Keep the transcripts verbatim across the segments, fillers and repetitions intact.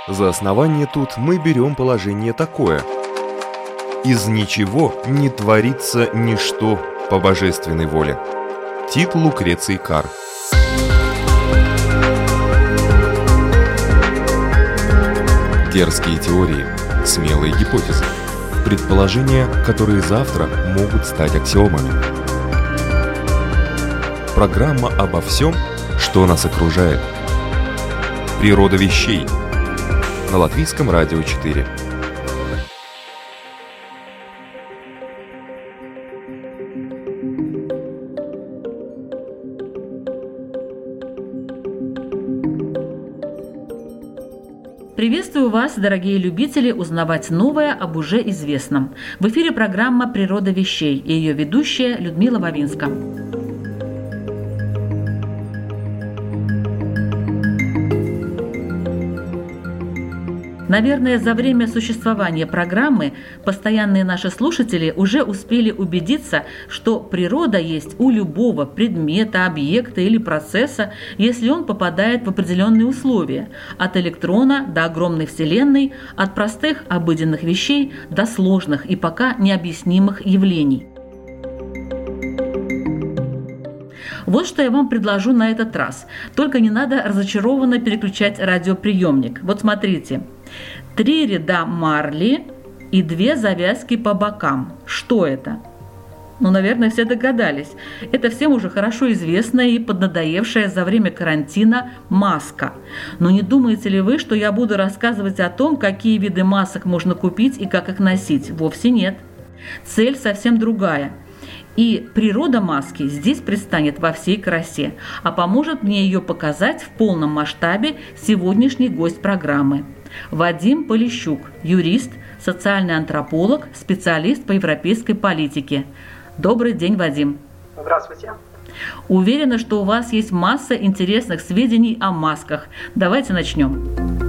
За основание тут мы берем положение такое: «Из ничего не творится ничто по божественной воле». Тит Лукреций Кар. Дерзкие теории, смелые гипотезы, предположения, которые завтра могут стать аксиомами. Программа обо всем, что нас окружает. Природа вещей. На Латвийском радио четыре. Приветствую вас, дорогие любители, узнавать новое об уже известном. В эфире программа «Природа вещей» и ее ведущая Людмила Вавинска. Наверное, за время существования программы постоянные наши слушатели уже успели убедиться, что природа есть у любого предмета, объекта или процесса, если он попадает в определенные условия, от электрона до огромной Вселенной, от простых обыденных вещей до сложных и пока необъяснимых явлений. Вот что я вам предложу на этот раз. Только не надо разочарованно переключать радиоприемник. Вот смотрите. Три ряда марли и две завязки по бокам. Что это? Ну, наверное, все догадались. Это всем уже хорошо известная и поднадоевшая за время карантина маска. Но не думаете ли вы, что я буду рассказывать о том, какие виды масок можно купить и как их носить? Вовсе нет. Цель совсем другая. И природа маски здесь предстанет во всей красе, а поможет мне ее показать в полном масштабе сегодняшний гость программы. Вадим Полищук, юрист, социальный антрополог, специалист по европейской политике. Добрый день, Вадим. Здравствуйте. Уверена, что у вас есть масса интересных сведений о масках. Давайте начнем.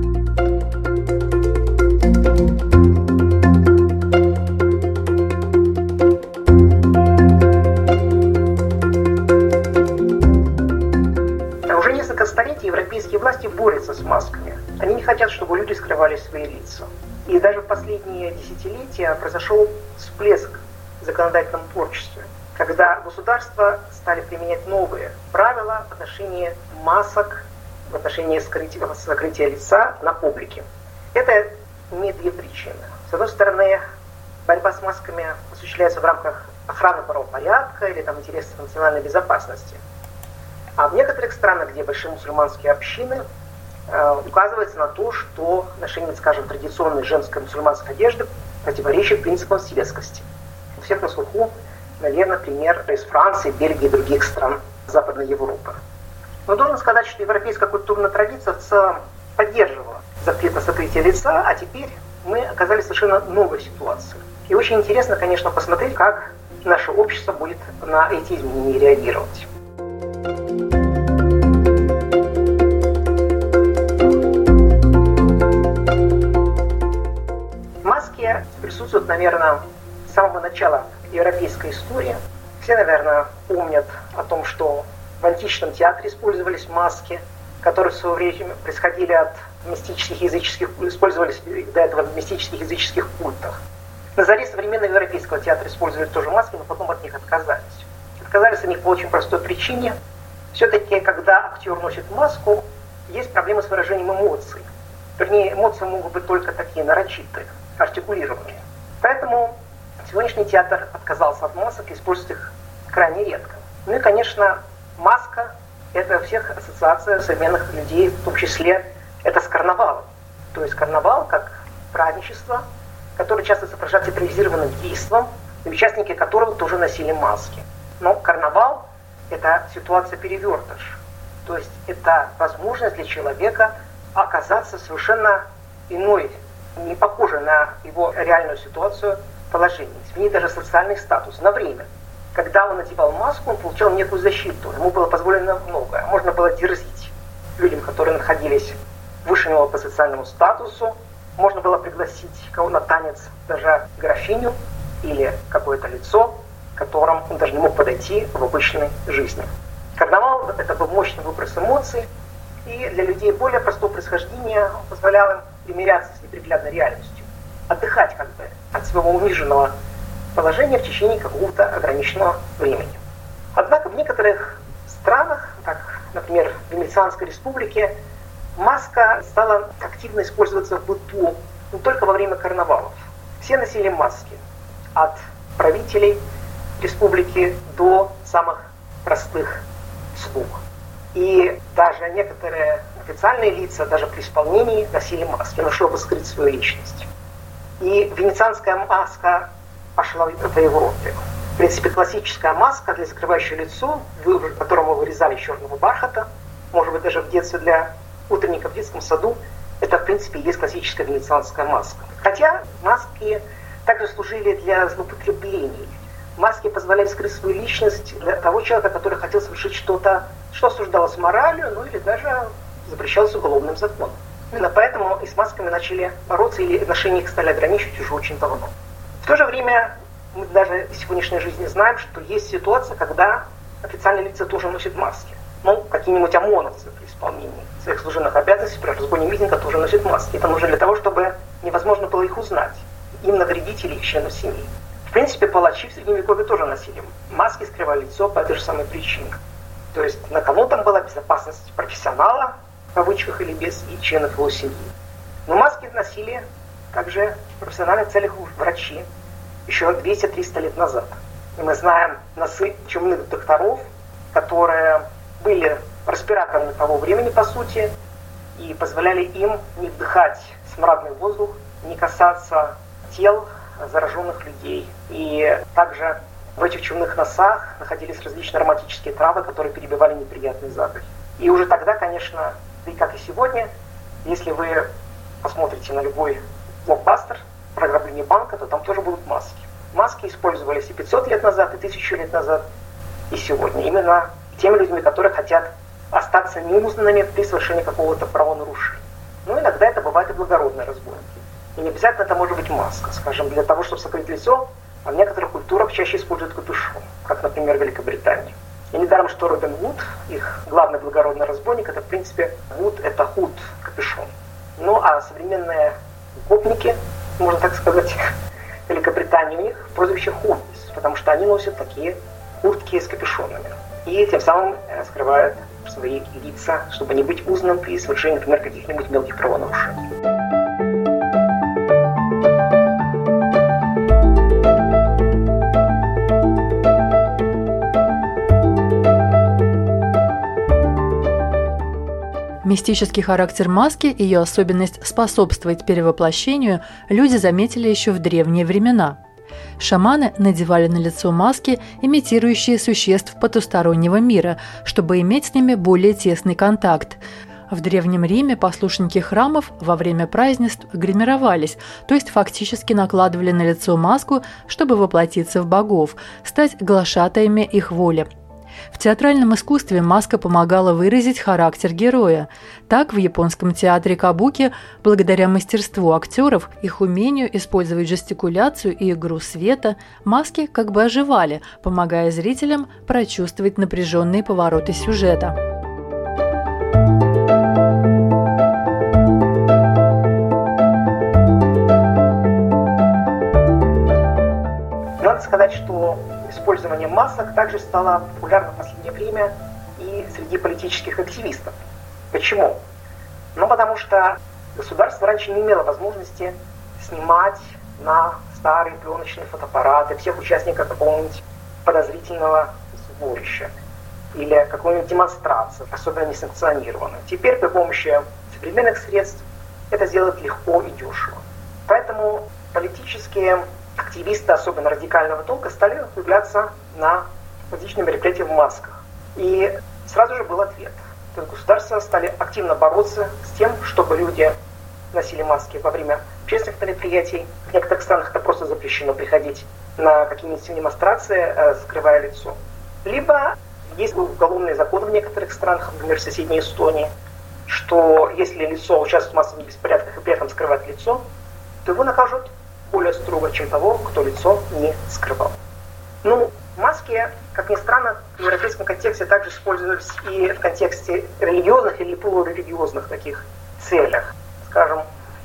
Уже несколько столетий европейские власти борются с масками. Они не хотят, чтобы люди скрывали свои лица. И даже в последние десятилетия произошел всплеск в законодательном творчестве, когда государства стали применять новые правила в отношении масок, в отношении скрытия, закрытия лица на публике. Это имеет две причины. С одной стороны, борьба с масками осуществляется в рамках охраны правопорядка или там, интересов национальной безопасности. А в некоторых странах, где большие мусульманские общины, указывается на то, что ношение, скажем, традиционной женской мусульманской одежды противоречит принципам светскости. У всех на слуху, наверное, пример из Франции, Бельгии и других стран Западной Европы. Но должен сказать, что европейская культурная традиция в целом поддерживала запрет на сокрытие лица, а теперь мы оказались в совершенно новой ситуации. И очень интересно, конечно, посмотреть, как наше общество будет на эти изменения реагировать. Присутствуют, наверное, с самого начала европейской истории. Все, наверное, помнят о том, что в античном театре использовались маски, которые в свое время происходили от мистических языческих, использовались до этого в мистических языческих культах. На заре современного европейского театра использовали тоже маски, но потом от них отказались. Отказались от них по очень простой причине. Все-таки, когда актер носит маску, есть проблемы с выражением эмоций. Вернее, эмоции могут быть только такие нарочитые, артикулированные. Поэтому сегодняшний театр отказался от масок и использует их крайне редко. Ну и, конечно, маска – это у всех ассоциация современных людей, в том числе это с карнавалом. То есть карнавал как праздничество, которое часто сопровождается театрализированным действом, и участники которого тоже носили маски. Но карнавал – это ситуация перевертыш. То есть это возможность для человека оказаться совершенно иной, не похожей на его реальную ситуацию положение, сменить даже социальный статус на время. Когда он надевал маску, он получал некую защиту, ему было позволено многое. Можно было дерзить людям, которые находились выше него по социальному статусу, можно было пригласить кого на танец, даже графиню или какое-то лицо, к которым он даже не мог подойти в обычной жизни. Карнавал – это был мощный выброс эмоций, и для людей более простого происхождения он позволял им примиряться с неприглядной реальностью, отдыхать как бы от своего униженного положения в течение какого-то ограниченного времени. Однако в некоторых странах, как, например, в Венецианской республике, маска стала активно использоваться в быту не только во время карнавалов. Все носили маски, от правителей республики до самых простых слуг. И даже некоторые официальные лица, даже при исполнении, носили маски, ну, чтобы скрыть свою личность. И венецианская маска пошла по Европе. В принципе, классическая маска для закрывающего лицо, которую мы вырезали из черного бархата, может быть, даже в детстве для утренника в детском саду, это, в принципе, и есть классическая венецианская маска. Хотя маски также служили для злоупотреблений. Маски позволяли скрыть свою личность для того человека, который хотел совершить что-то, что осуждалось моралью, ну или даже запрещалось уголовным законом. Именно поэтому и с масками начали бороться, или отношения их стали ограничивать уже очень давно. В то же время мы даже в сегодняшней жизни знаем, что есть ситуация, когда официальные лица тоже носят маски. Ну, какие-нибудь ОМОНовцы при исполнении своих служебных обязанностей, при разгоне митинга тоже носят маски. Это нужно для того, чтобы невозможно было их узнать, им навредить или их членов семьи. В принципе, палачи в Средневековье тоже носили маски, скрывали лицо по этой же самой причине. То есть на кону там была безопасность профессионала, в кавычках или без, и членов его семьи. Но маски носили также в профессиональных целях врачи еще двести-триста лет назад. И мы знаем носы чумных докторов, которые были респираторами того времени, по сути, и позволяли им не вдыхать смрадный воздух, не касаться тел зараженных людей. И также в этих чумных носах находились различные ароматические травы, которые перебивали неприятные запахи. И уже тогда, конечно, да и как и сегодня, если вы посмотрите на любой блокбастер про ограбление банка, то там тоже будут маски. Маски использовались и пятьсот лет назад, и тысячу лет назад, и сегодня. Именно теми людьми, которые хотят остаться неузнанными при совершении какого-то правонарушения. Но иногда это бывает и благородные разбойники. И не обязательно это может быть маска. Скажем, для того, чтобы скрыть лицо, а в некоторых культурах чаще используют капюшон, как, например, в Великобритании. И недаром, что Робин Гуд, их главный благородный разбойник, это, в принципе, Гуд, это худ, капюшон. Ну, а современные гопники, можно так сказать, в Великобритании, у них прозвище худис, потому что они носят такие куртки с капюшонами. И тем самым скрывают свои лица, чтобы не быть узнанным при совершении, например, каких-нибудь мелких правонарушений. Мистический характер маски и ее особенность способствовать перевоплощению люди заметили еще в древние времена. Шаманы надевали на лицо маски, имитирующие существ потустороннего мира, чтобы иметь с ними более тесный контакт. В Древнем Риме послушники храмов во время празднеств гримировались, то есть фактически накладывали на лицо маску, чтобы воплотиться в богов, стать глашатаями их воли. В театральном искусстве маска помогала выразить характер героя. Так, в японском театре кабуки, благодаря мастерству актеров, их умению использовать жестикуляцию и игру света, маски как бы оживали, помогая зрителям прочувствовать напряженные повороты сюжета. Надо сказать, что использование масок также стало популярно в последнее время и среди политических активистов. Почему? Ну, потому что государство раньше не имело возможности снимать на старые пленочные фотоаппараты всех участников какого-нибудь подозрительного сборища или какой-нибудь демонстрации, особенно несанкционированной. Теперь при помощи современных средств это сделать легко и дешево. Поэтому политические активисты, особенно радикального толка, стали появляться на различных мероприятиях в масках. И сразу же был ответ. То есть государства стали активно бороться с тем, чтобы люди носили маски во время общественных мероприятий. В некоторых странах это просто запрещено приходить на какие-нибудь демонстрации, скрывая лицо. Либо есть уголовные законы в некоторых странах, например, в соседней Эстонии, что если лицо участвует в массовых беспорядках и при этом скрывает лицо, то его накажут более строго, чем того, кто лицо не скрывал. Ну, маски, как ни странно, в европейском контексте также использовались и в контексте религиозных или полурелигиозных таких целях. Скажем,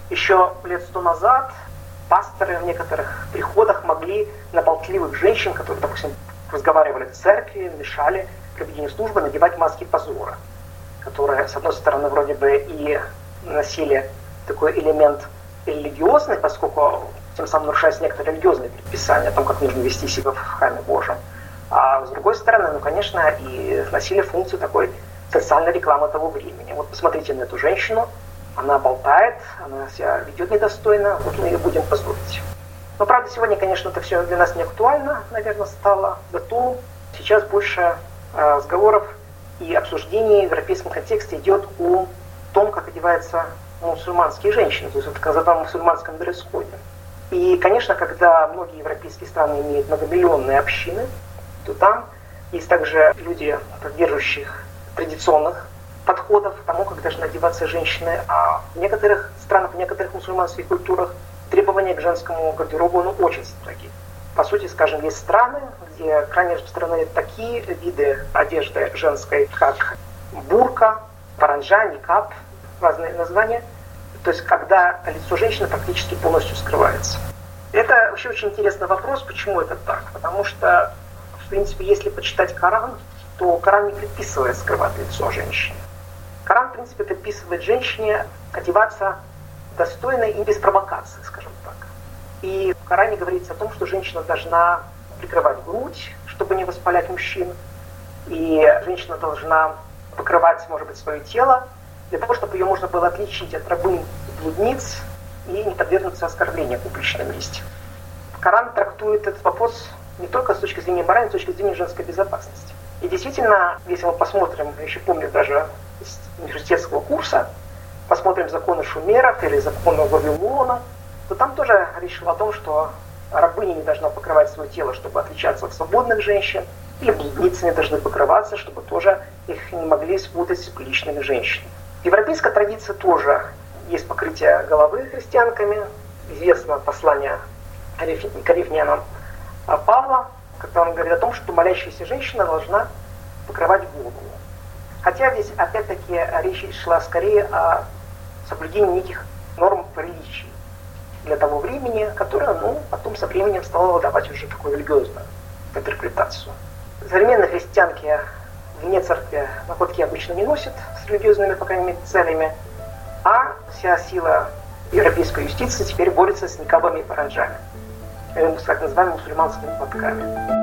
Еще лет сто назад пасторы в некоторых приходах могли на болтливых женщин, которые, допустим, разговаривали в церкви, мешали проведению службы, надевать маски позора, которые, с одной стороны, вроде бы и носили такой элемент религиозный, поскольку тем самым нарушаются некоторые религиозные предписания о том, как нужно вести себя в храме Божьем. А с другой стороны, ну, конечно, и носили функцию такой социальной рекламы того времени. Вот посмотрите на эту женщину, она болтает, она себя ведет недостойно, вот мы ее будем позорить. Но, правда, сегодня, конечно, это все для нас не актуально, наверное, стало. Зато сейчас больше э, разговоров и обсуждений в европейском контексте идет о том, как одеваются мусульманские женщины, то есть в так называемом мусульманском дресс-коде. И, конечно, когда многие европейские страны имеют многомиллионные общины, то там есть также люди, поддерживающих традиционных подходов к тому, как должны одеваться женщины. А в некоторых странах, в некоторых мусульманских культурах требования к женскому гардеробу ну, очень строги. По сути, скажем, есть страны, где крайне распространены такие виды одежды женской, как бурка, паранджа, никап, разные названия. То есть, когда лицо женщины практически полностью скрывается. Это вообще очень интересный вопрос, почему это так. Потому что, в принципе, если почитать Коран, то Коран не предписывает скрывать лицо женщины. Коран, в принципе, предписывает женщине одеваться достойно и без провокации, скажем так. И в Коране говорится о том, что женщина должна прикрывать грудь, чтобы не воспалять мужчин. И женщина должна покрывать, может быть, свое тело, для того, чтобы ее можно было отличить от рабынь и блудниц и не подвергнуться оскорблению в публичном месте. Коран трактует этот вопрос не только с точки зрения морали, но с точки зрения женской безопасности. И действительно, если мы посмотрим, я еще помню даже из университетского курса, посмотрим законы шумеров или законы Вавилона, то там тоже речь шла о том, что рабыня не должна покрывать свое тело, чтобы отличаться от свободных женщин, и блудницы не должны покрываться, чтобы тоже их не могли спутать с приличными женщинами. В европейской традиции тоже есть покрытие головы христианками. Известно послание коринфянам Павла, когда он говорит о том, что молящаяся женщина должна покрывать голову. Хотя здесь опять-таки речь шла скорее о соблюдении неких норм приличий для того времени, которое, ну, потом со временем стало давать уже такую религиозную интерпретацию. Современные христианки вне церкви находки обычно не носят с религиозными, по крайней мере, целями, а вся сила европейской юстиции теперь борется с никабами и паранджами, так называемыми мусульманскими платками.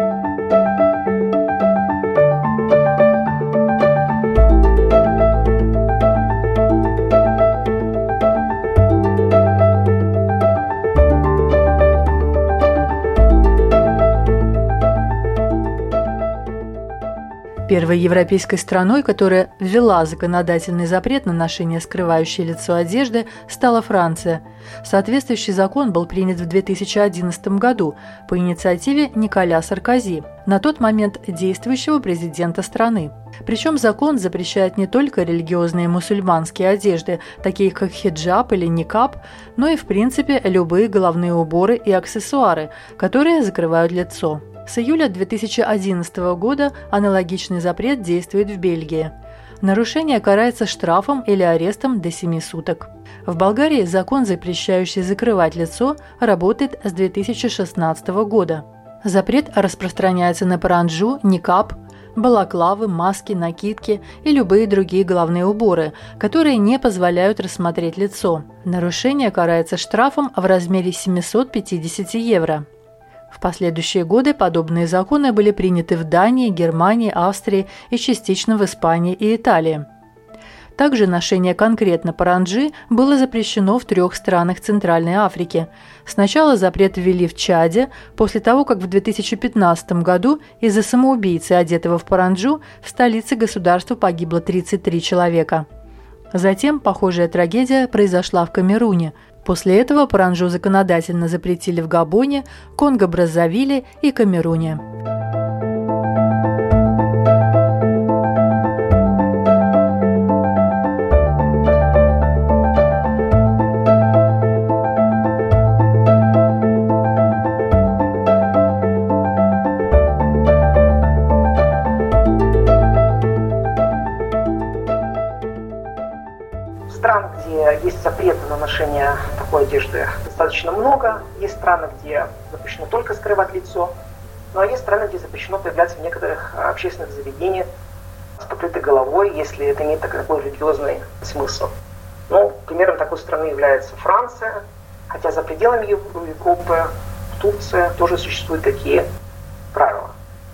Первой европейской страной, которая ввела законодательный запрет на ношение скрывающей лицо одежды, стала Франция. Соответствующий закон был принят в две тысячи одиннадцатом году по инициативе Николя Саркози, на тот момент действующего президента страны. Причем закон запрещает не только религиозные мусульманские одежды, такие как хиджаб или никаб, но и, в принципе, любые головные уборы и аксессуары, которые закрывают лицо. С июля две тысячи одиннадцатого года аналогичный запрет действует в Бельгии. Нарушение карается штрафом или арестом до семи суток. В Болгарии закон, запрещающий закрывать лицо, работает с две тысячи шестнадцатого года. Запрет распространяется на паранджу, никаб, балаклавы, маски, накидки и любые другие головные уборы, которые не позволяют рассмотреть лицо. Нарушение карается штрафом в размере семьсот пятьдесят евро. В последующие годы подобные законы были приняты в Дании, Германии, Австрии и частично в Испании и Италии. Также ношение конкретно паранджи было запрещено в трех странах Центральной Африки. Сначала запрет ввели в Чаде, после того, как в две тысячи пятнадцатом году из-за самоубийцы, одетого в паранджу, в столице государства погибло тридцать три человека. Затем похожая трагедия произошла в Камеруне. После этого паранджу законодательно запретили в Габоне, Конго-Браззавиле и Камеруне. В странах, где есть запреты на ношение такой одежды, достаточно много. Есть страны, где запрещено только скрывать лицо. Ну а есть страны, где запрещено появляться в некоторых общественных заведениях с покрытой головой, если это имеет такой религиозный смысл. Ну, примером такой страны является Франция, хотя за пределами Европы, Турция, тоже существуют такие правила.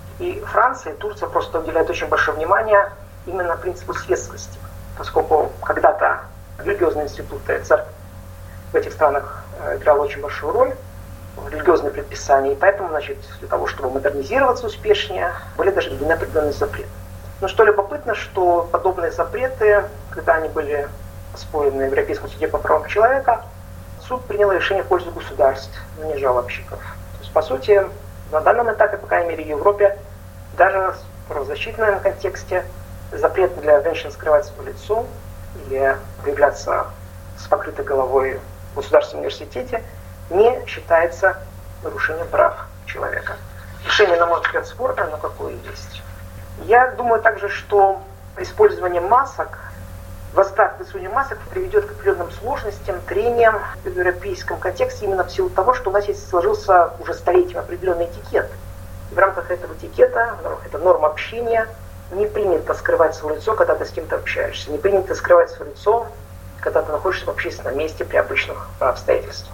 И Франция и Турция просто уделяют очень большое внимание именно принципу светскости, поскольку когда-то религиозные институты церкви в этих странах играли очень большую роль, религиозные предписания, и поэтому, значит, для того, чтобы модернизироваться успешнее, были даже введены определенные запреты. Но что любопытно, что подобные запреты, когда они были оспорены в Европейском суде по правам человека, суд принял решение в пользу государств, но не жалобщиков. То есть, по сути, на данном этапе, по крайней мере, в Европе, даже в правозащитном контексте, запрет для женщин скрывать свое лицо или появляться с покрытой головой в государственном университете не считается нарушением прав человека. Решение, на мой взгляд, спорное, но какое есть. Я думаю также, что использование масок, вострат в использовании масок приведет к определенным сложностям, трениям в европейском контексте именно в силу того, что у нас есть сложился уже столетиями определенный этикет. И в рамках этого этикета, это норма общения, не принято скрывать свое лицо, когда ты с кем-то общаешься. Не принято скрывать свое лицо, когда ты находишься в общественном месте при обычных обстоятельствах.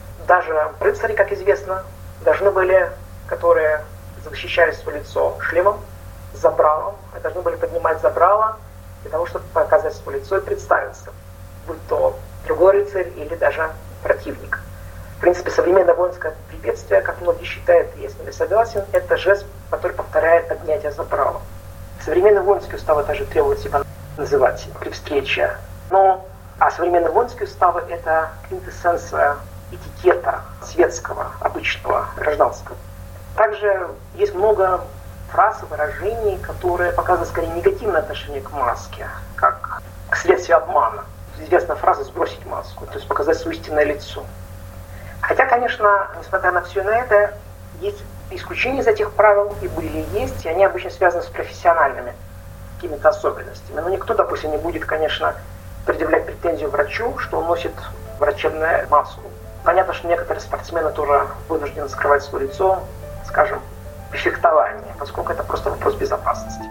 Даже рыцари, как известно, должны были, которые защищали свое лицо шлемом, забралом, должны были поднимать забрало для того, чтобы показать свое лицо и представиться, будь то другой рыцарь или даже противник. В принципе, современное воинское приветствие, как многие считают, я с ними согласен, это жест, который повторяет поднятие забрала. Современный воинский устав также требует себя называть при встрече. Но, а современные воинские уставы – это квинтэссенция этикета светского, обычного, гражданского. Также есть много фраз и выражений, которые показывают скорее негативное отношение к маске, как к следствию обмана. Известная фраза «сбросить маску», то есть показать свое истинное лицо. Хотя, конечно, несмотря на все на это, есть исключения из этих правил, и были и есть, и они обычно связаны с профессиональными какими-то особенностями. Но никто, допустим, не будет, конечно, предъявлять претензию врачу, что он носит врачебную маску. Понятно, что некоторые спортсмены тоже вынуждены скрывать свое лицо, скажем, при фехтовании, поскольку это просто вопрос безопасности.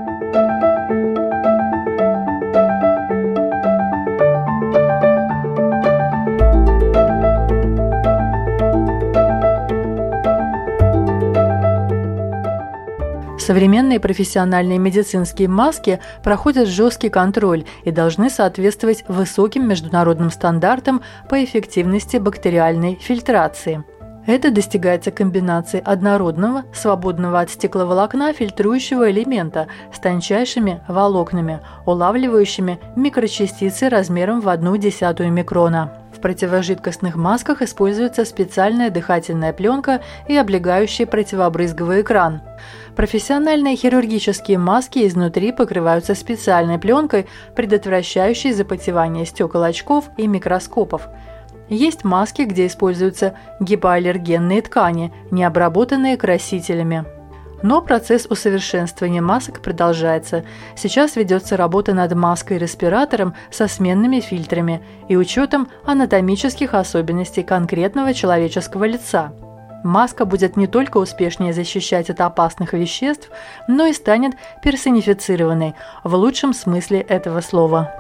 Современные профессиональные медицинские маски проходят жесткий контроль и должны соответствовать высоким международным стандартам по эффективности бактериальной фильтрации. Это достигается комбинацией однородного, свободного от стекловолокна фильтрующего элемента с тончайшими волокнами, улавливающими микрочастицы размером в одну десятую микрона. В противожидкостных масках используется специальная дыхательная пленка и облегающий противобрызговый экран. Профессиональные хирургические маски изнутри покрываются специальной пленкой, предотвращающей запотевание стекол очков и микроскопов. Есть маски, где используются гипоаллергенные ткани, не обработанные красителями. Но процесс усовершенствования масок продолжается. Сейчас ведется работа над маской-респиратором со сменными фильтрами и учетом анатомических особенностей конкретного человеческого лица. Маска будет не только успешнее защищать от опасных веществ, но и станет персонифицированной в лучшем смысле этого слова.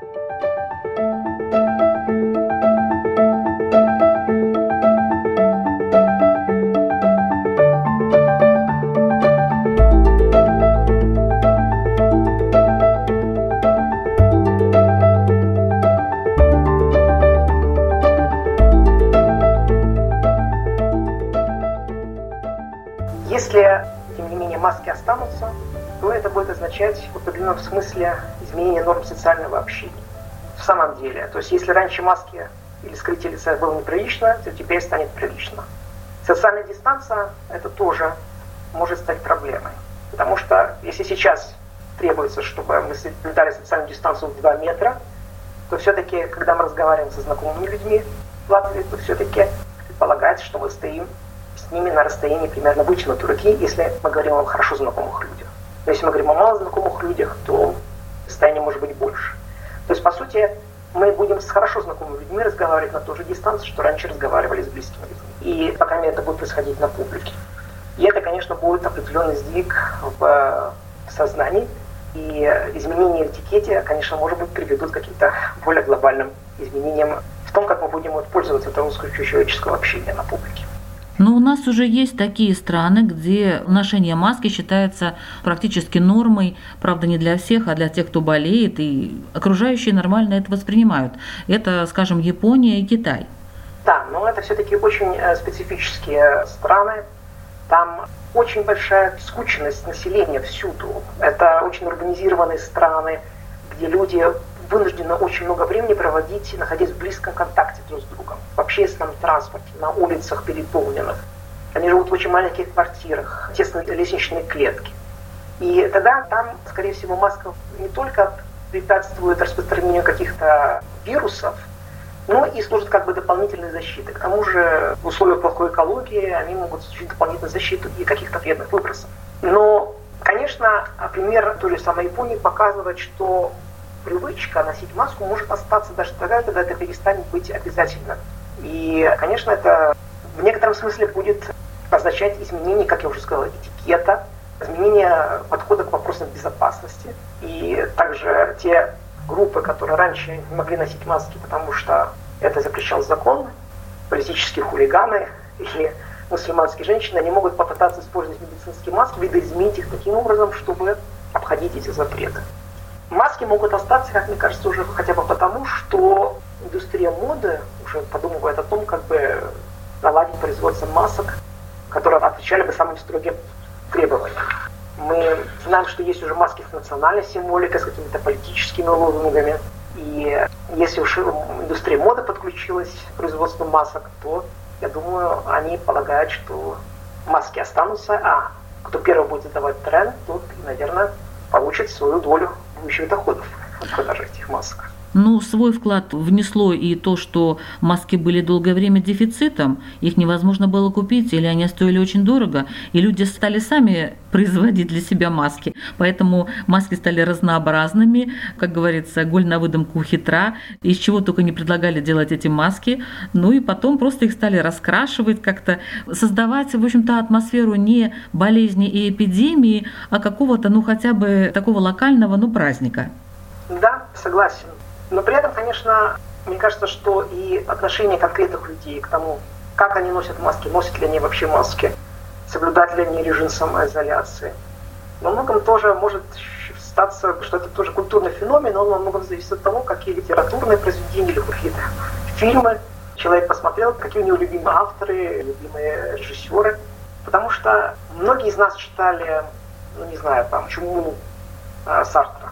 Если, тем не менее, маски останутся, то это будет означать в определенном смысле изменение норм социального общения. В самом деле, то есть если раньше маски или скрытие лица было неприлично, то теперь станет прилично. Социальная дистанция – это тоже может стать проблемой. Потому что если сейчас требуется, чтобы мы соблюдали социальную дистанцию в два метра, то все-таки, когда мы разговариваем со знакомыми людьми в Латвии, то все-таки предполагается, что мы стоим с ними на расстоянии примерно вытянутой руки, если мы говорим о хорошо знакомых людях. Но если мы говорим о мало знакомых людях, то расстояние может быть больше. То есть, по сути, мы будем с хорошо знакомыми людьми разговаривать на той же дистанции, что раньше разговаривали с близкими людьми. И пока это будет происходить на публике. И это, конечно, будет определенный сдвиг в сознании. И изменения в этикете, конечно, может быть, приведут к каким-то более глобальным изменениям в том, как мы будем пользоваться этого человеческого общения на публике. Но у нас уже есть такие страны, где ношение маски считается практически нормой, правда, не для всех, а для тех, кто болеет, и окружающие нормально это воспринимают. Это, скажем, Япония и Китай. Да, но это все-таки очень специфические страны. Там очень большая скученность населения всюду. Это очень урбанизированные страны, где люди вынуждены очень много времени проводить, находясь в близком контакте друг с другом, в общественном транспорте, на улицах переполненных. Они живут в очень маленьких квартирах, тесные лестничные клетки. И тогда там, скорее всего, маска не только препятствует распространению каких-то вирусов, но и служит как бы дополнительной защитой. К тому же в условиях плохой экологии они могут служить дополнительной защитой и каких-то вредных выбросов. Но, конечно, пример той же самой Японии показывает, что привычка носить маску может остаться даже тогда, когда это перестанет быть обязательным. И, конечно, это в некотором смысле будет означать изменение, как я уже сказала, этикета, изменение подхода к вопросам безопасности. И также те группы, которые раньше не могли носить маски, потому что это запрещал закон, политические хулиганы или мусульманские женщины, они могут попытаться использовать медицинские маски, видоизменить их таким образом, чтобы обходить эти запреты. Маски могут остаться, как мне кажется, уже хотя бы потому, что индустрия моды уже подумывает о том, как бы наладить производство масок, которые отвечали бы самым строгим требованиям. Мы знаем, что есть уже маски с национальной символикой, с какими-то политическими лозунгами. И если уж индустрия моды подключилась к производству масок, то, я думаю, они полагают, что маски останутся, а кто первый будет задавать тренд, тот, наверное, получит свою долю будущих доходов от продажи этих масок. Ну, свой вклад внесло и то, что маски были долгое время дефицитом, их невозможно было купить, или они стоили очень дорого, и люди стали сами производить для себя маски. Поэтому маски стали разнообразными, как говорится, голь на выдумку хитра, из чего только не предлагали делать эти маски. Ну и потом просто их стали раскрашивать, как-то создавать, в общем-то, атмосферу не болезни и эпидемии, а какого-то, ну, хотя бы такого локального, ну, праздника. Да, согласен. Но при этом, конечно, мне кажется, что и отношение конкретных людей к тому, как они носят маски, носят ли они вообще маски, соблюдают ли они режим самоизоляции, во многом тоже может статься, что это тоже культурный феномен, он во многом зависит от того, какие литературные произведения или какие-то фильмы человек посмотрел, какие у него любимые авторы, любимые режиссеры. Потому что многие из нас читали, ну не знаю, там, «Чуму» Сартра.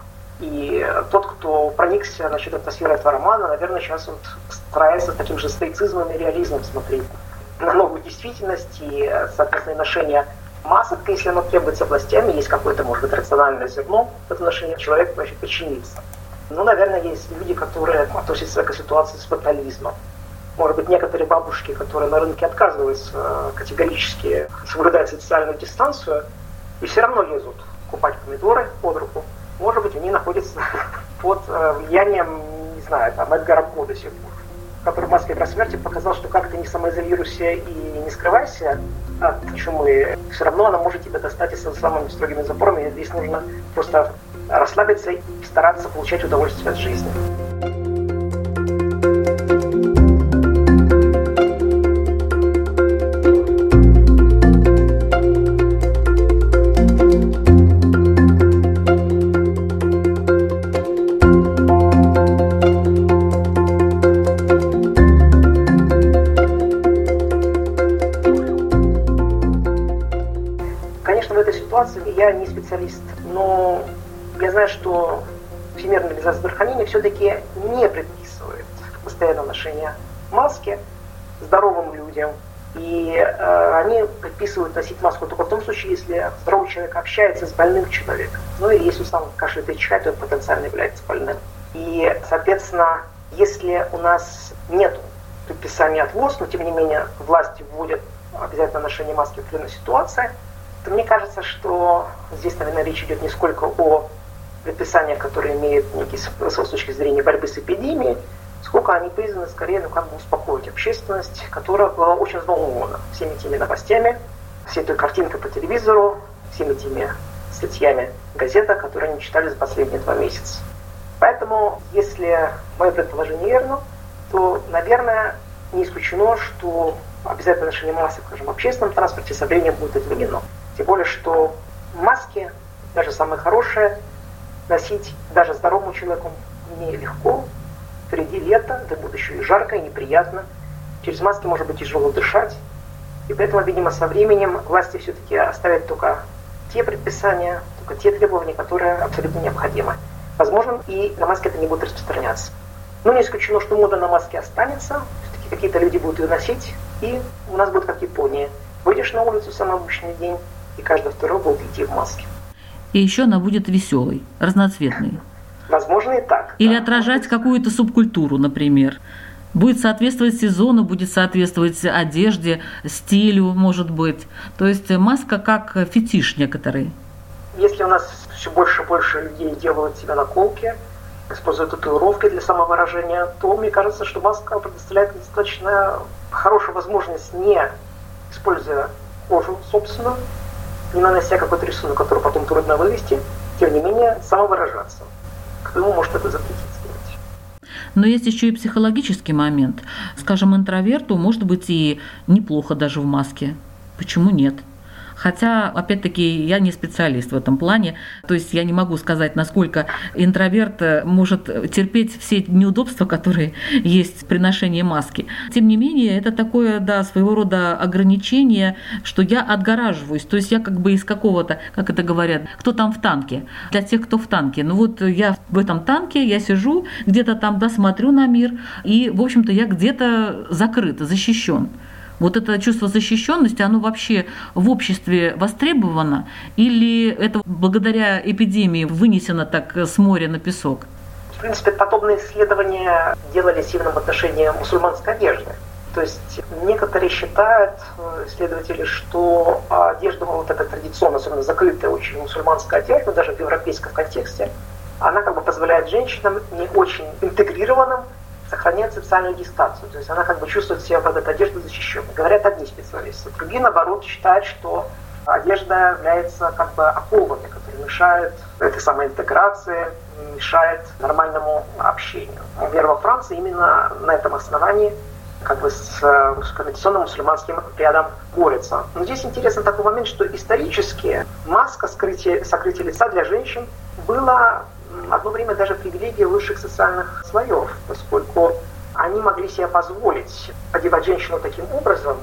И тот, кто проникся насчет атмосферы этого романа, наверное, сейчас вот старается с таким же стоицизмом и реализмом смотреть на новую действительность и, соответственно, ношение масок, если оно требуется властями, есть какое-то, может быть, рациональное зерно в отношении человека, значит, подчиниться. Ну, наверное, есть люди, которые относятся к ситуации с фатализмом. Может быть, некоторые бабушки, которые на рынке отказываются категорически соблюдать социальную дистанцию, и все равно лезут купать помидоры под руку. Может быть, они находятся под влиянием, не знаю, там, Эдгара По до сих пор, который в «Маске про смерти» показал, что как ты не самоизолируйся и не скрывайся от чумы, все равно она может тебя достать и со самыми строгими запорами. И здесь нужно просто расслабиться и стараться получать удовольствие от жизни. Я не специалист, но я знаю, что Всемирная организация здравоохранения все-таки не предписывает постоянное ношение маски здоровым людям. И э, они предписывают носить маску только в том случае, если здоровый человек общается с больным человеком. Ну или если он сам кашляет и чихает, то он потенциально является больным. И, соответственно, если у нас нет предписания от ВОЗ, но тем не менее власти вводят обязательное ношение маски в определенной ситуации, то мне кажется, что здесь, наверное, речь идет не сколько о предписания, которые имеют некий смысл с точки зрения борьбы с эпидемией, сколько они призваны скорее ну, как бы успокоить общественность, которая была очень взволнована всеми теми новостями, всей той картинкой по телевизору, всеми теми статьями в газетах, которые они читали за последние два месяца. Поэтому, если мое предположение верно, то, наверное, не исключено, что обязательное ношение масок, скажем, в общественном транспорте со временем будет изменено. Тем более, что маски, даже самые хорошие, носить даже здоровому человеку нелегко. Впереди лето, это будет еще и жарко, и неприятно. Через маски может быть тяжело дышать. И поэтому, видимо, со временем власти все-таки оставят только те предписания, только те требования, которые абсолютно необходимы. Возможно, и на маски это не будет распространяться. Но не исключено, что мода на маски останется, все-таки какие-то люди будут ее носить, и у нас будет как в Японии. Выйдешь на улицу в самый обычный день, и каждый второй будет идти в маске. И еще она будет веселой, разноцветной. Возможно, и так. Или да. отражать какую-то субкультуру, например. Будет соответствовать сезону, будет соответствовать одежде, стилю, может быть. То есть маска как фетиш некоторый. Если у нас все больше и больше людей делают себе наколки, используют татуировки для самовыражения, то мне кажется, что маска предоставляет достаточно хорошую возможность, не используя кожу собственную, не нанося какой-то рисунок, который потом трудно вывести, тем не менее самовыражаться. Кто может это запретить сделать? Но есть еще и психологический момент. Скажем, интроверту может быть и неплохо даже в маске. Почему нет? Хотя, опять-таки, я не специалист в этом плане, то есть я не могу сказать, насколько интроверт может терпеть все неудобства, которые есть при ношении маски. Тем не менее, это такое, да, своего рода ограничение, что я отгораживаюсь, то есть я как бы из какого-то, как это говорят, кто там в танке, для тех, кто в танке. Ну вот я в этом танке, я сижу, где-то там, да, смотрю на мир, и, в общем-то, я где-то закрыт, защищен. Вот это чувство защищенности, оно вообще в обществе востребовано или это благодаря эпидемии вынесено так с моря на песок? В принципе, подобные исследования делались именно в отношении мусульманской одежды. То есть некоторые считают, исследователи, что одежда, вот эта традиционно, особенно закрытая очень мусульманская одежда, даже в европейском контексте, она как бы позволяет женщинам не очень интегрированным сохранять социальную дистанцию. То есть она как бы чувствует себя под этой одеждой защищенной. Говорят одни специалисты. Другие, наоборот, считают, что одежда является как бы оковами, которые мешают этой самой интеграции, мешают нормальному общению. Например, во Франции именно на этом основании как бы с традиционным мусульманским рядом борются. Но здесь интересен такой момент, что исторически маска скрытия, сокрытия лица для женщин была одно время даже привилегия высших социальных слоев, поскольку они могли себе позволить одевать женщину таким образом,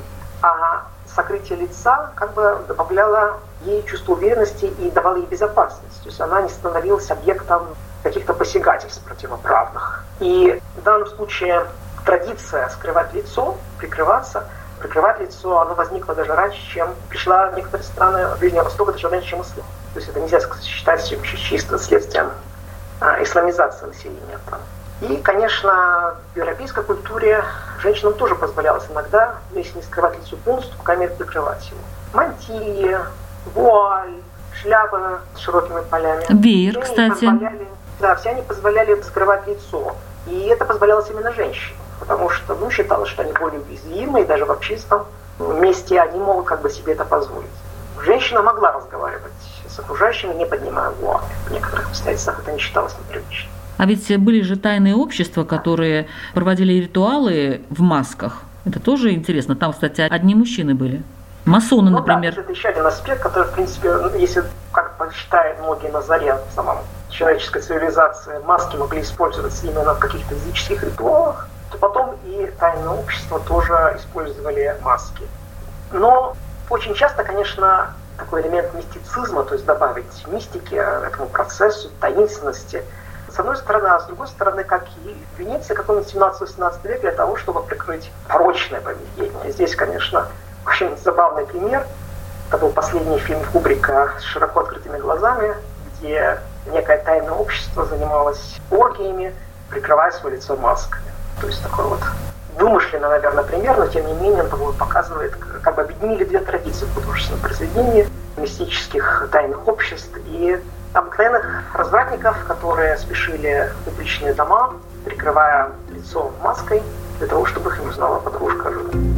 а сокрытие лица как бы добавляло ей чувство уверенности и давало ей безопасность. То есть она не становилась объектом каких-то посягательств противоправных. И в данном случае традиция скрывать лицо, прикрываться, прикрывать лицо, оно возникло даже раньше, чем пришла в некоторые страны Ближнего Востока, даже раньше, чем ислам. То есть это нельзя считать чисто следствием исламизации населения там. И, конечно, в европейской культуре женщинам тоже позволялось иногда, если не скрывать лицо полностью, по крайней мере, прикрывать его. Мантии, вуаль, шляпы с широкими полями. Веер, кстати. Да, все они позволяли скрывать лицо. И это позволялось именно женщинам, потому что, ну, считалось, что они более уязвимы, и даже в общественном месте они могут как бы себе это позволить. Женщина могла разговаривать с окружающими, не поднимая вуаль. В некоторых обстоятельствах это не считалось неприличным. А ведь были же тайные общества, которые проводили ритуалы в масках. Это тоже интересно. Там, кстати, одни мужчины были. Масоны, ну, например. Да, это еще один аспект, который, в принципе, если, как посчитают многие на заре в самом человеческой цивилизации, маски могли использоваться именно в каких-то физических ритуалах, то потом и тайные общества тоже использовали маски. Но очень часто, конечно, такой элемент мистицизма, то есть добавить мистики этому процессу, таинственности, с одной стороны, а с другой стороны, как и в Венеции, каком-нибудь семнадцатом-восемнадцатом веке, для того, чтобы прикрыть порочное поведение. Здесь, конечно, очень забавный пример. Это был последний фильм Кубрика с широко открытыми глазами, где некое тайное общество занималось оргиями, прикрывая свое лицо масками. То есть такой вот вымышленный, наверное, пример, но тем не менее он показывает, как бы объединили две традиции в художественном произведении: мистических тайных обществ и обыкновенных развратников, которые спешили в публичные дома, прикрывая лицо маской, для того, чтобы их не узнала подружка жены.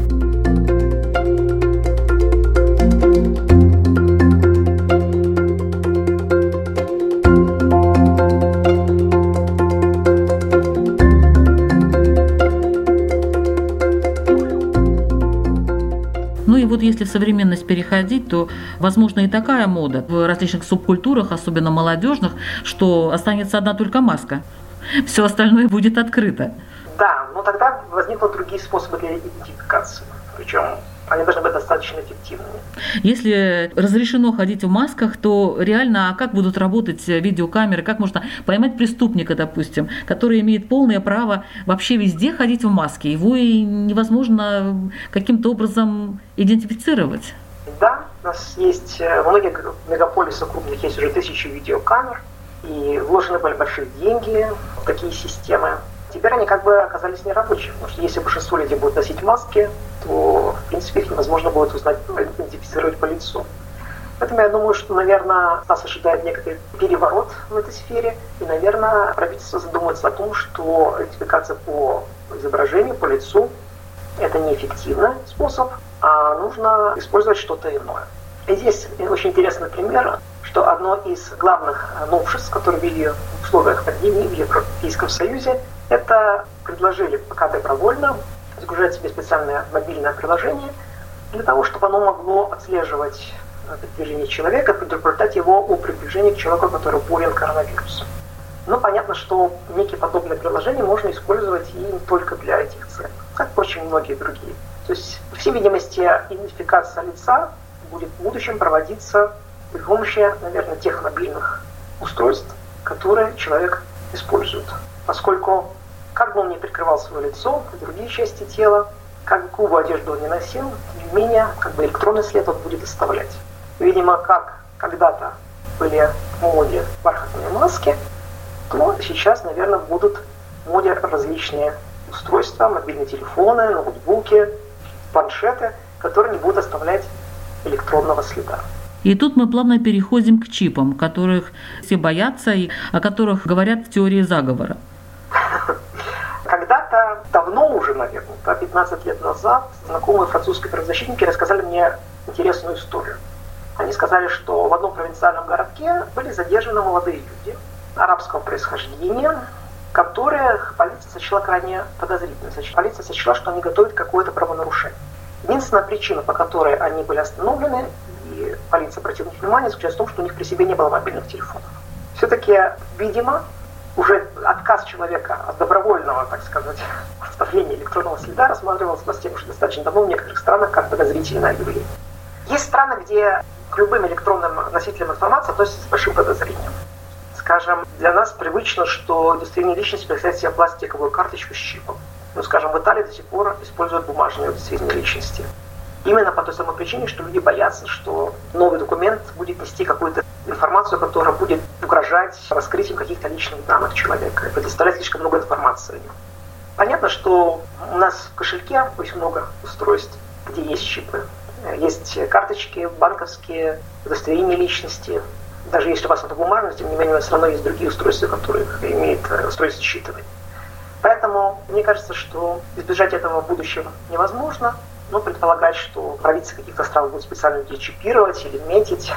Ну и вот если в современность переходить, то, возможно, и такая мода в различных субкультурах, особенно молодежных, что останется одна только маска. Все остальное будет открыто. Да, но тогда возникнут другие способы для идентификации. Причем они должны быть достаточно эффективными. Если разрешено ходить в масках, то реально, а как будут работать видеокамеры? Как можно поймать преступника, допустим, который имеет полное право вообще везде ходить в маске? Его и невозможно каким-то образом идентифицировать. Да, у нас есть в многих мегаполисах крупных есть уже тысячи видеокамер, и вложены были большие деньги в такие системы. Теперь они как бы оказались нерабочими, потому что если большинство людей будут носить маски, то, в принципе, их невозможно будет узнать, идентифицировать по лицу. Поэтому я думаю, что, наверное, нас ожидает некоторый переворот в этой сфере, и, наверное, правительство задумается о том, что идентификация по изображению, по лицу – это неэффективный способ, а нужно использовать что-то иное. И здесь очень интересный пример, что одно из главных новшеств, которые ввели в условиях пандемии в Европейском Союзе, это предложили пока добровольно загружать себе специальное мобильное приложение для того, чтобы оно могло отслеживать передвижение человека, предупреждать его о приближении к человеку, который болен коронавирусом. Но понятно, что некие подобные приложения можно использовать и не только для этих целей, как, впрочем, многие другие. То есть, по всей видимости, идентификация лица будет в будущем проводиться при помощи, наверное, тех мобильных устройств, которые человек использует. Поскольку, как бы он ни прикрывал свое лицо, другие части тела, какую бы одежду он ни носил, тем не менее, как бы электронный след он будет оставлять. Видимо, как когда-то были в моде бархатные маски, то сейчас, наверное, будут в моде различные устройства, мобильные телефоны, ноутбуки, планшеты, которые не будут оставлять электронного следа. И тут мы плавно переходим к чипам, которых все боятся и о которых говорят в теории заговора. Когда-то, давно уже, наверное, пятнадцать лет назад, знакомые французские правозащитники рассказали мне интересную историю. Они сказали, что в одном провинциальном городке были задержаны молодые люди арабского происхождения, которых полиция сочла крайне подозрительными. Полиция сочла, что они готовят какое-то правонарушение. Единственная причина, по которой они были остановлены, и полиция обратила на них внимание, заключается в том, что у них при себе не было мобильных телефонов. Все-таки, видимо, уже отказ человека от добровольного, так сказать, оставления электронного следа рассматривался на тем, что достаточно давно в некоторых странах как подозрительное явление. Есть страны, где к любым электронным носителям информации относятся с большим подозрением. Скажем, для нас привычно, что удостоверение личности представляет себе пластиковую карточку с чипом. Ну, скажем, в Италии до сих пор используют бумажные удостоверения личности. Именно по той самой причине, что люди боятся, что новый документ будет нести какую-то информацию, которая будет угрожать раскрытием каких-то личных данных человека и предоставлять слишком много информации о нем. Понятно, что у нас в кошельке очень много устройств, где есть чипы. Есть карточки банковские, удостоверения личности. Даже если у вас это бумажность, тем не менее, у вас все равно есть другие устройства, которые имеют устройство считывания. Поэтому мне кажется, что избежать этого в будущем невозможно. Но предполагать, что правительство каких-то стран будут специально людей чипировать или метить,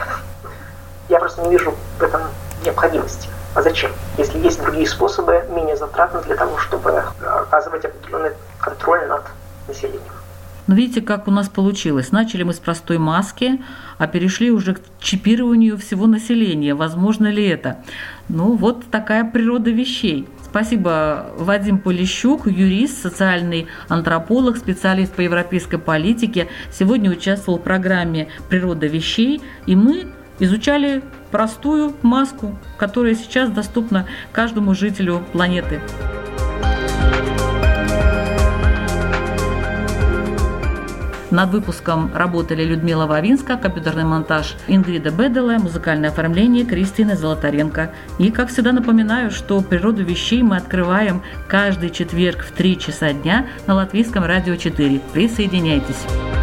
я просто не вижу в этом необходимости. А зачем? Если есть другие способы, менее затратные для того, чтобы оказывать определенный контроль над населением. Но видите, как у нас получилось. Начали мы с простой маски, а перешли уже к чипированию всего населения. Возможно ли это? Ну, вот такая природа вещей. Спасибо, Вадим Полищук, юрист, социальный антрополог, специалист по европейской политике. Сегодня участвовал в программе «Природа вещей», и мы изучали простую маску, которая сейчас доступна каждому жителю планеты. Над выпуском работали Людмила Вавинска, компьютерный монтаж Ингрида Беделе, музыкальное оформление Кристины Золотаренко. И, как всегда, напоминаю, что «Природу вещей» мы открываем каждый четверг в три часа дня на Латвийском радио четыре. Присоединяйтесь!